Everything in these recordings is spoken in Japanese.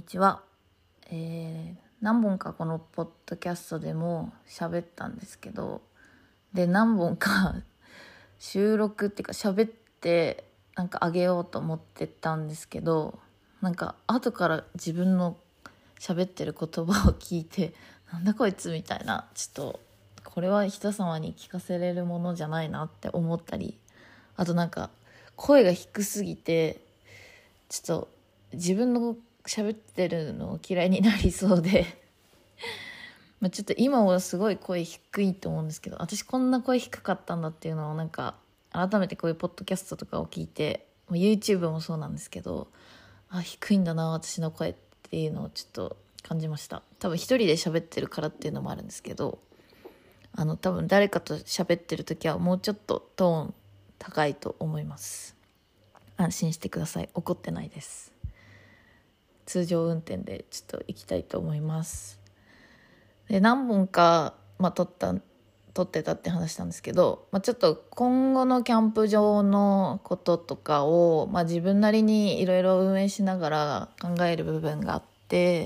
にちは。何本かこのポッドキャストでも喋ったんですけど、で何本か収録っていうか喋ってなんかあげようと思ってたんですけど、なんか後から自分の喋ってる言葉を聞いて、なんだこいつみたいな、ちょっとこれは人様に聞かせれるものじゃないなって思ったり、あとなんか声が低すぎてちょっと自分の喋ってるの嫌いになりそうでちょっと今はすごい声低いと思うんですけど、私こんな声低かったんだっていうのをなんか改めてこういうポッドキャストとかを聞いて、YouTube もそうなんですけど、低いんだな私の声っていうのをちょっと感じました。多分一人で喋ってるからっていうのもあるんですけど、多分誰かと喋ってる時はもうちょっとトーン高いと思います。安心してください、怒ってないです。通常運転でちょっと行きたいと思います。で何本か、撮ってたって話したんですけど、ちょっと今後のキャンプ場のこととかを、自分なりにいろいろ運営しながら考える部分があって、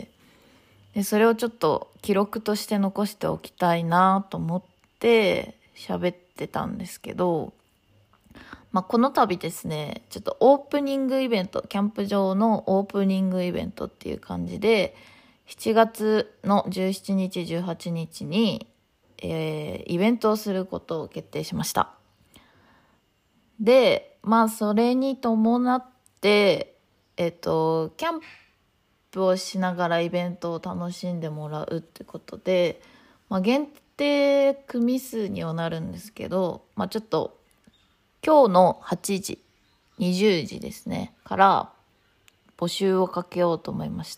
でそれをちょっと記録として残しておきたいなと思って喋ってたんですけど、この度ですね、ちょっとオープニングイベント、キャンプ場のオープニングイベントっていう感じで、7月の17日、18日に、イベントをすることを決定しました。で、それに伴って、キャンプをしながらイベントを楽しんでもらうってことで、限定組数にはなるんですけど、ちょっと今日の8時、20時ですね、から募集をかけようと思いまして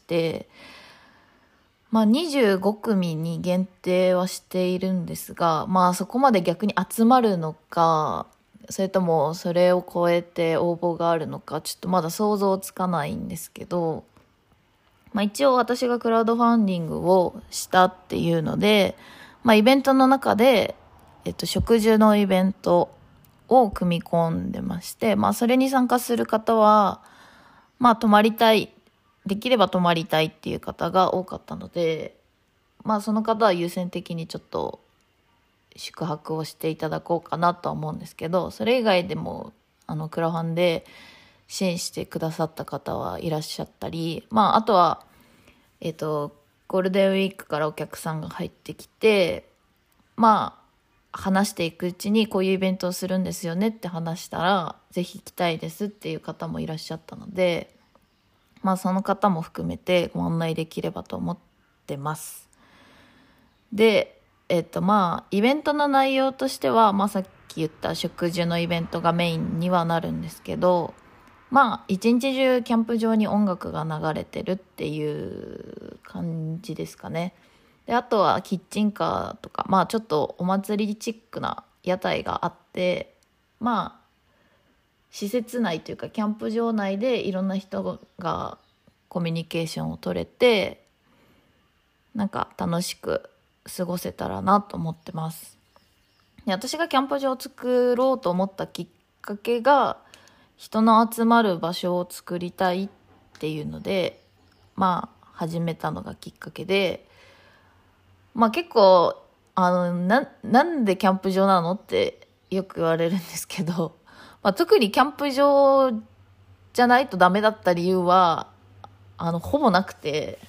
、25組に限定はしているんですが、そこまで逆に集まるのか、それともそれを超えて応募があるのか、ちょっとまだ想像つかないんですけど、一応私がクラウドファンディングをしたっていうので、イベントの中で、食事のイベントを組み込んでまして、それに参加する方は、泊まりたい、できれば泊まりたいっていう方が多かったので、その方は優先的にちょっと宿泊をしていただこうかなとは思うんですけど、それ以外でもクラファンで支援してくださった方はいらっしゃったり、あとはゴールデンウィークからお客さんが入ってきて、話していくうちにこういうイベントをするんですよねって話したら、ぜひ来たいですっていう方もいらっしゃったので、その方も含めてご案内できればと思ってます。で、イベントの内容としては、さっき言った食事のイベントがメインにはなるんですけど、一日中キャンプ場に音楽が流れてるっていう感じですかね。で、あとはキッチンカーとか、ちょっとお祭りチックな屋台があって、施設内というかキャンプ場内でいろんな人がコミュニケーションを取れて、なんか楽しく過ごせたらなと思ってます。で、私がキャンプ場を作ろうと思ったきっかけが、人の集まる場所を作りたいっていうので、始めたのがきっかけで、結構なんでキャンプ場なのってよく言われるんですけど、特にキャンプ場じゃないとダメだった理由はほぼなくて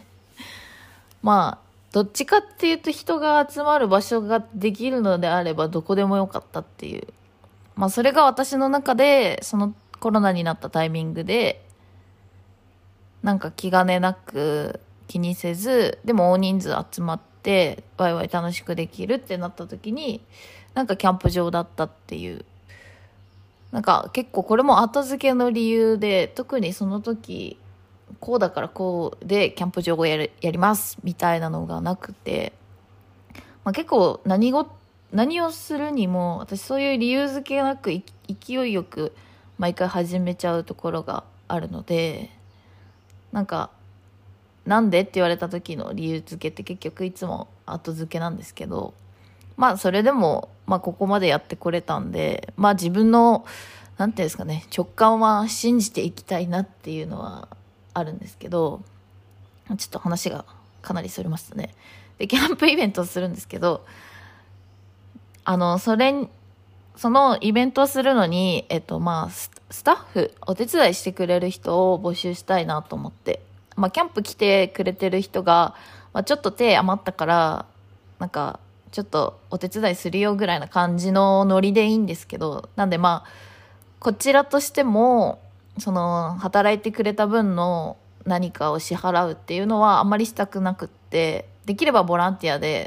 どっちかっていうと人が集まる場所ができるのであればどこでもよかったっていう、それが私の中でそのコロナになったタイミングでなんか気兼ねなく気にせず、でも大人数集まってワイワイ楽しくできるってなった時に、なんかキャンプ場だったっていう、なんか結構これも後付けの理由で、特にその時こうだからこうでキャンプ場をやりますみたいなのがなくて、結構何をするにも私そういう理由付けなく勢いよく毎回始めちゃうところがあるので、なんでって言われた時の理由付けって結局いつも後付けなんですけど、それでもここまでやってこれたんで、自分のなんていうんですかね、直感は信じていきたいなっていうのはあるんですけど、 ちょっと話がかなりそれましたね。でキャンプイベントをするんですけど、そのイベントをするのに、スタッフ、お手伝いしてくれる人を募集したいなと思って。キャンプ来てくれてる人が、ちょっと手余ったから、ちょっとお手伝いするよぐらいな感じのノリでいいんですけど、なんでこちらとしても、働いてくれた分の何かを支払うっていうのはあんまりしたくなくって、できればボランティアで、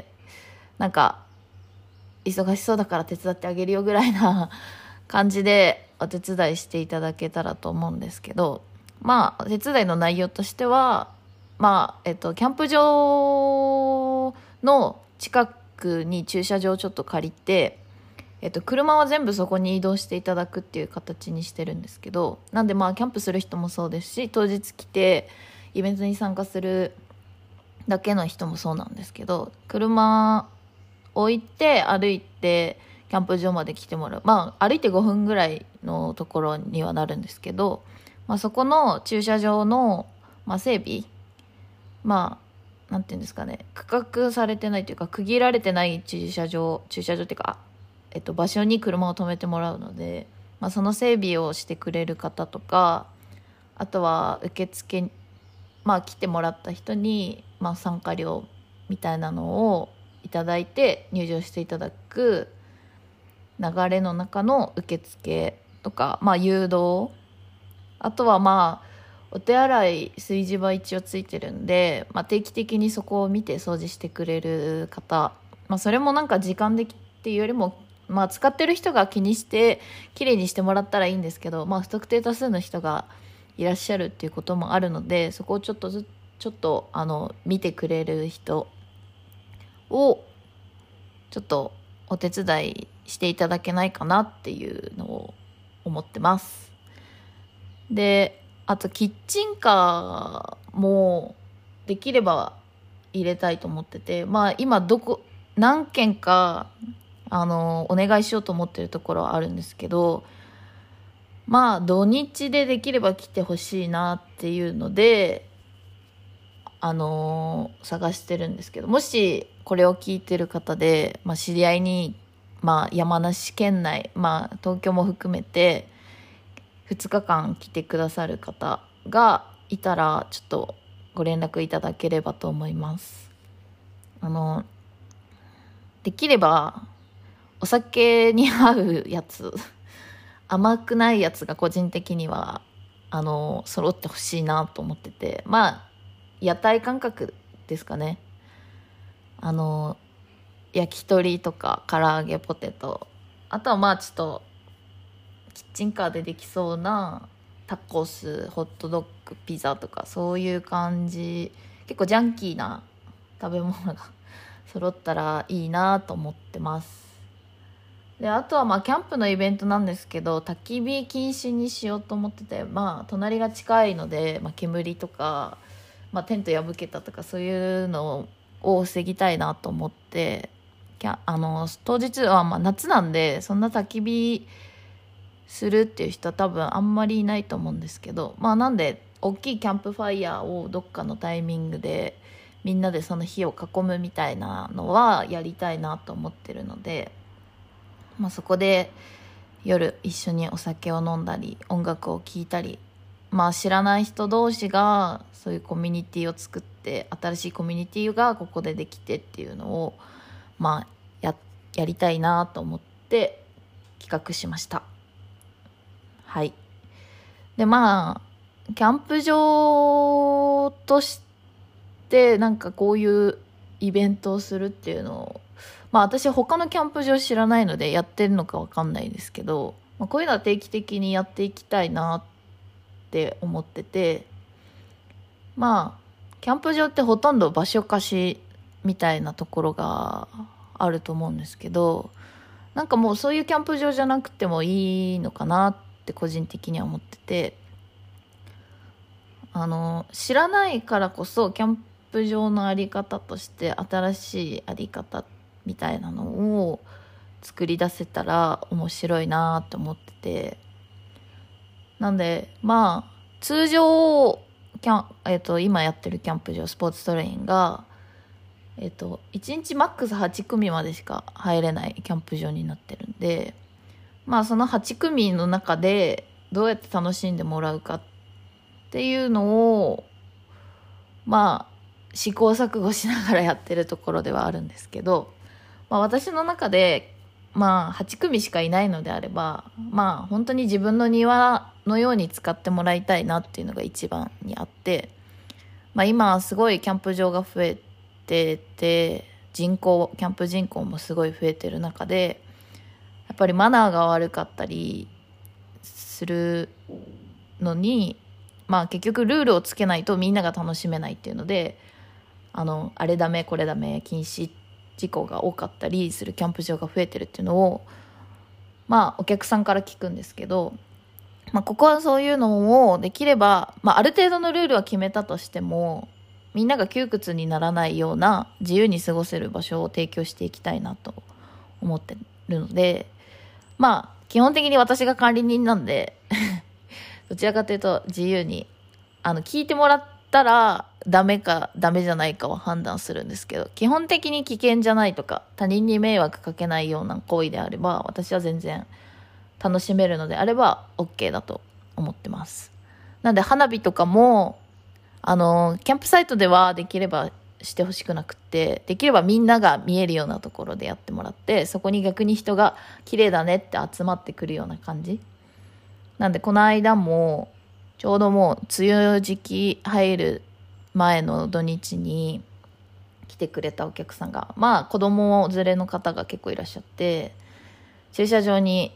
忙しそうだから手伝ってあげるよぐらいな感じでお手伝いしていただけたらと思うんですけど、お手伝いの内容としては、キャンプ場の近くに駐車場をちょっと借りて、車は全部そこに移動していただくっていう形にしてるんですけど、なんでキャンプする人もそうですし、当日来てイベントに参加するだけの人もそうなんですけど、車置いて歩いてキャンプ場まで来てもらう、歩いて5分ぐらいのところにはなるんですけど、そこの駐車場の、整備、なんていうんですかね、区画されてないというか区切られてない駐車場っていうか、場所に車を止めてもらうので、その整備をしてくれる方とか、あとは受付、来てもらった人に、参加料みたいなのをいただいて入場していただく流れの中の受付とか、誘導、あとはお手洗い炊事場一応ついてるんで、定期的にそこを見て掃除してくれる方、それも時間でっていうよりも、使ってる人が気にしてきれいにしてもらったらいいんですけど、不特定多数の人がいらっしゃるっていうこともあるので、そこをちょっと見てくれる人をちょっとお手伝いしていただけないかなっていうのを思ってます。で、あとキッチンカーもできれば入れたいと思ってて、今何件かお願いしようと思ってるところはあるんですけど、土日でできれば来てほしいなっていうので探してるんですけど、もしこれを聞いてる方で、知り合いに、山梨県内、東京も含めて2日間来てくださる方がいたら、ちょっとご連絡いただければと思います。できればお酒に合うやつ、甘くないやつが個人的には揃ってほしいなと思ってて、屋台感覚ですかね。焼き鳥とか唐揚げ、ポテト、あとはちょっとキッチンカーでできそうなタコス、ホットドッグ、ピザとか、そういう感じ、結構ジャンキーな食べ物が揃ったらいいなと思ってます。で、あとはキャンプのイベントなんですけど、焚き火禁止にしようと思ってて、隣が近いので、煙とか、テント破けたとかそういうのを防ぎたいなと思って、当日は夏なんでそんな焚き火するっていう人は多分あんまりいないと思うんですけど、なんで大きいキャンプファイヤーをどっかのタイミングでみんなでその火を囲むみたいなのはやりたいなと思ってるので、そこで夜一緒にお酒を飲んだり音楽を聴いたり、知らない人同士がそういうコミュニティを作って、新しいコミュニティがここでできてっていうのをやりたいなと思って企画しました。はい。で、キャンプ場としてこういうイベントをするっていうのを、私他のキャンプ場知らないのでやってるのかわかんないですけど、こういうのは定期的にやっていきたいなって思ってて、キャンプ場ってほとんど場所貸しみたいなところがあると思うんですけど、もうそういうキャンプ場じゃなくてもいいのかなって個人的には思ってて、知らないからこそキャンプ場のあり方として新しいあり方みたいなのを作り出せたら面白いなと思ってて、なんで通常今やってるキャンプ場、スポーツトレインが、1日マックス8組までしか入れないキャンプ場になってるんで、まあその8組の中でどうやって楽しんでもらうかっていうのを、まあ試行錯誤しながらやってるところではあるんですけど、まあ私の中で、まあ8組しかいないのであれば、まあ本当に自分の庭のように使ってもらいたいなっていうのが一番にあって、まあ今すごいキャンプ場が増えてて、キャンプ人口もすごい増えてる中で、やっぱりマナーが悪かったりするのに、まあ結局ルールをつけないとみんなが楽しめないっていうので、あれダメこれダメ禁止事項が多かったりするキャンプ場が増えてるっていうのを、まあお客さんから聞くんですけど、まあここはそういうのをできれば、まあある程度のルールは決めたとしても、みんなが窮屈にならないような自由に過ごせる場所を提供していきたいなと思ってるので、まあ基本的に私が管理人なんでどちらかというと自由に聞いてもらったらダメかダメじゃないかを判断するんですけど、基本的に危険じゃないとか他人に迷惑かけないような行為であれば、私は全然楽しめるのであれば OK だと思ってます。なんで花火とかもキャンプサイトではできればしてほしくなくって、できればみんなが見えるようなところでやってもらって、そこに逆に人が綺麗だねって集まってくるような感じなんで、この間もちょうどもう梅雨時期入る前の土日に来てくれたお客さんが、まあ子供連れの方が結構いらっしゃって、駐車場に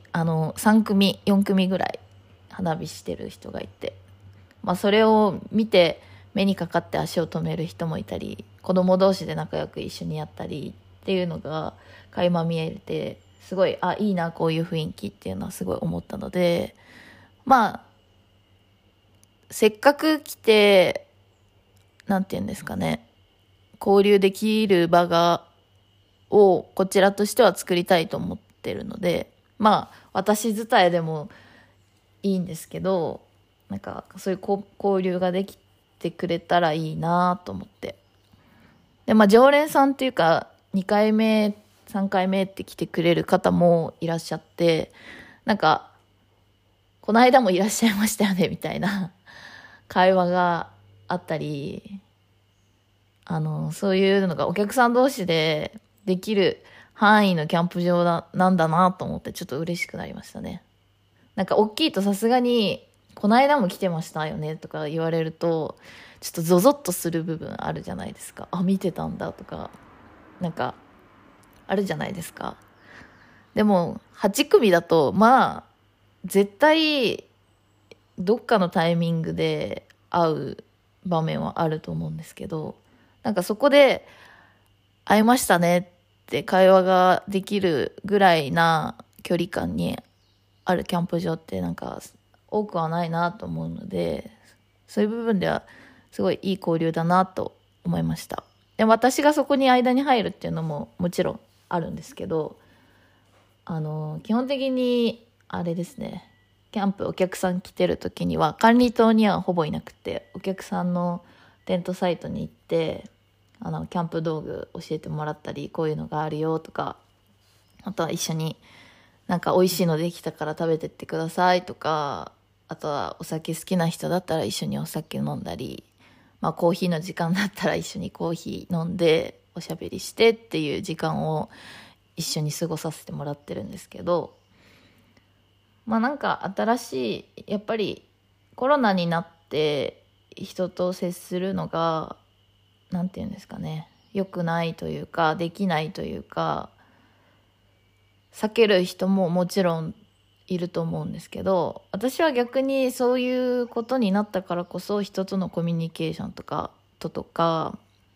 3組4組ぐらい花火してる人がいて、まあそれを見て目にかかって足を止める人もいたり、子供同士で仲良く一緒にやったりっていうのが垣間見えて、すごいいいなこういう雰囲気っていうのはすごい思ったので、まあせっかく来てなんていうんですかね、交流できるをこちらとしては作りたいと思ってるので、まあ私伝えでもいいんですけど、なんかそういう交流ができてくれたらいいなと思って、でまあ常連さんっていうか2回目3回目って来てくれる方もいらっしゃって、なんかこの間もいらっしゃいましたよねみたいな会話があったり、そういうのがお客さん同士でできる範囲のキャンプ場なんだなと思って、ちょっと嬉しくなりましたね。なんか大きいとさすがにこの間も来てましたよねとか言われるとちょっとゾゾッとする部分あるじゃないですか。見てたんだとかなんかあるじゃないですか。でも8組だとまあ絶対どっかのタイミングで会う場面はあると思うんですけど、なんかそこで会いましたねって会話ができるぐらいな距離感にあるキャンプ場ってなんか多くはないなと思うので、そういう部分ではすごいいい交流だなと思いました。で私がそこに間に入るっていうのももちろんあるんですけど、基本的にあれですね、キャンプお客さん来てる時には管理棟にはほぼいなくて、お客さんのテントサイトに行ってキャンプ道具教えてもらったり、こういうのがあるよとか、あとは一緒になんか美味しいのできたから食べてってくださいとか、あとはお酒好きな人だったら一緒にお酒飲んだり、まあコーヒーの時間だったら一緒にコーヒー飲んでおしゃべりしてっていう時間を一緒に過ごさせてもらってるんですけど、まあなんか新しい、やっぱりコロナになって人と接するのがなんていうんですかね、良くないというかできないというか避ける人ももちろんいると思うんですけど、私は逆にそういうことになったからこそ人とのコミュニケーションとかとか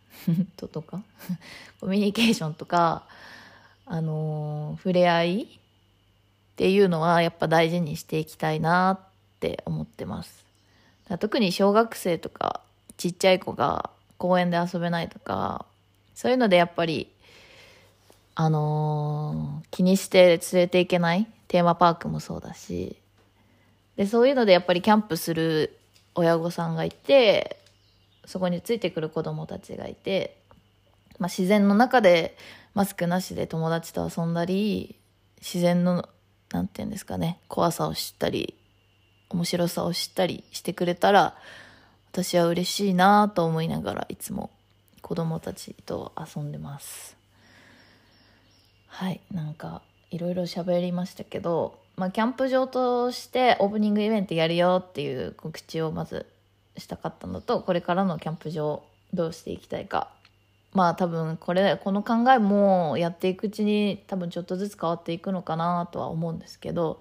コミュニケーションとか触れ合いっていうのはやっぱ大事にしていきたいなって思ってます。特に小学生とかちっちゃい子が公園で遊べないとか、そういうのでやっぱり気にして連れていけないテーマパークもそうだし、でそういうのでやっぱりキャンプする親御さんがいて、そこについてくる子供たちがいて、自然の中でマスクなしで友達と遊んだり、自然のなんていうんですかね、怖さを知ったり面白さを知ったりしてくれたら、私は嬉しいなと思いながらいつも子供たちと遊んでます。はい、なんかいろいろ喋りましたけど、キャンプ場としてオープニングイベントやるよっていう告知をまずしたかったのと、これからのキャンプ場どうしていきたいか、多分この考えもやっていくうちに多分ちょっとずつ変わっていくのかなとは思うんですけど、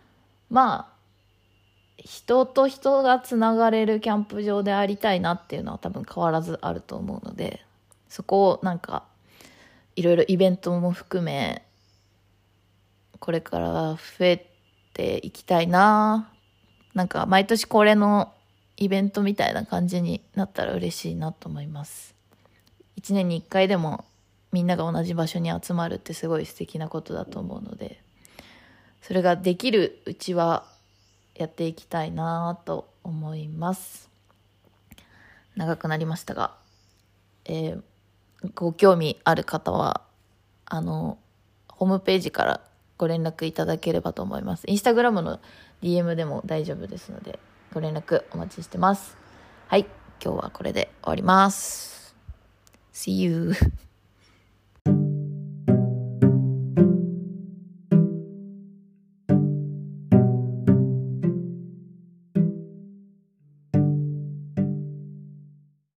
人と人がつながれるキャンプ場でありたいなっていうのは多分変わらずあると思うので、そこをなんかいろいろイベントも含めこれから増えていきたいな。なんか毎年恒例のイベントみたいな感じになったら嬉しいなと思います。1年に1回でもみんなが同じ場所に集まるってすごい素敵なことだと思うので、それができるうちはやっていきたいなと思います。長くなりましたが、ご興味ある方はホームページからご連絡いただければと思います。インスタグラムの DM でも大丈夫ですので、ご連絡お待ちしてます。はい、今日はこれで終わります。See you